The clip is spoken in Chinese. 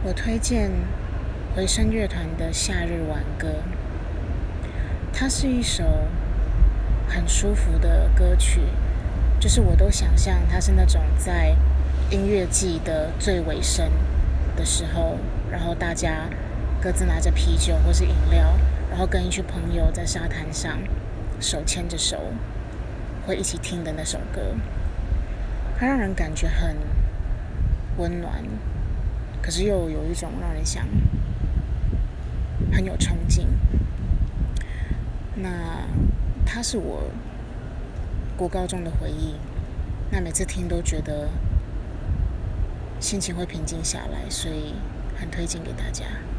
我推荐回声乐团的《夏日挽歌》，它是一首很舒服的歌曲，就是我都想象它是那种在音乐季的最尾声的时候，然后大家各自拿着啤酒或是饮料，然后跟一群朋友在沙滩上手牵着手会一起听的那首歌。它让人感觉很温暖，可是又有一种让人想很有冲劲。那它是我国高中的回忆，那每次听都觉得心情会平静下来，所以很推荐给大家。